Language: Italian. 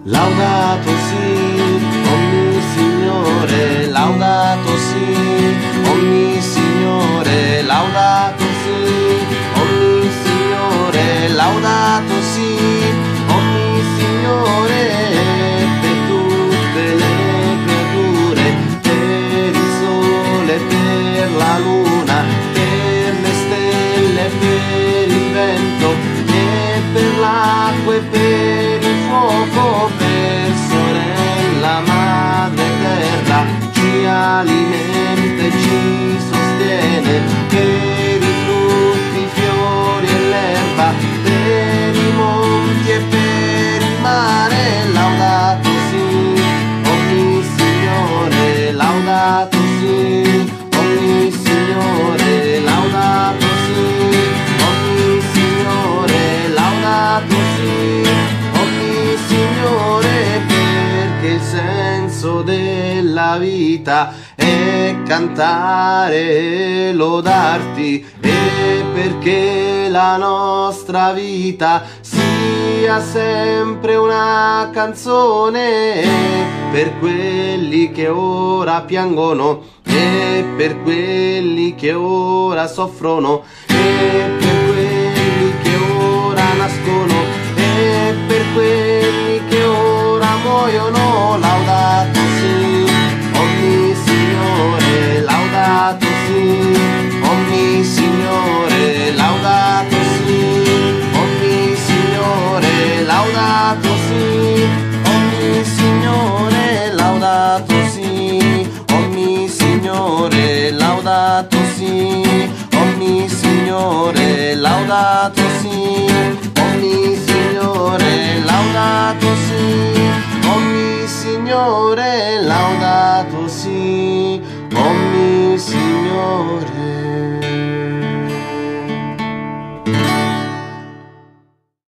Laudato si, ogni Signore, laudato si, ogni Signore, laudato si, ogni Signore, laudato si, ogni Signore, per tutte le creature, per il sole, per la luna, per le stelle, per il vento, e per l'acqua e per il fuoco, per sorella madre terra, ci alimenta e ci sostiene, per i frutti, i fiori e l'erba, per i monti e per il mare, laudato si, ogni Signore, laudato si, ogni Signore, laudato si, ogni Signore, laudato si, ogni Signore, perché il senso della vita è cantare e lodarti, e perché la nostra vita sia sempre una canzone per quelli che ora piangono e per quelli che ora soffrono e per quelli che ora nascono e per quelli che ora muoiono. Laudato si, ogni Signore, laudato si, ogni Signore, laudato si, ogni Signore, laudato si, ogni Signore, laudato si, ogni Signore, laudato si, ogni Signore, laudato si, ogni Signore, laudato si, ogni Signore, laudato si, ogni Signore.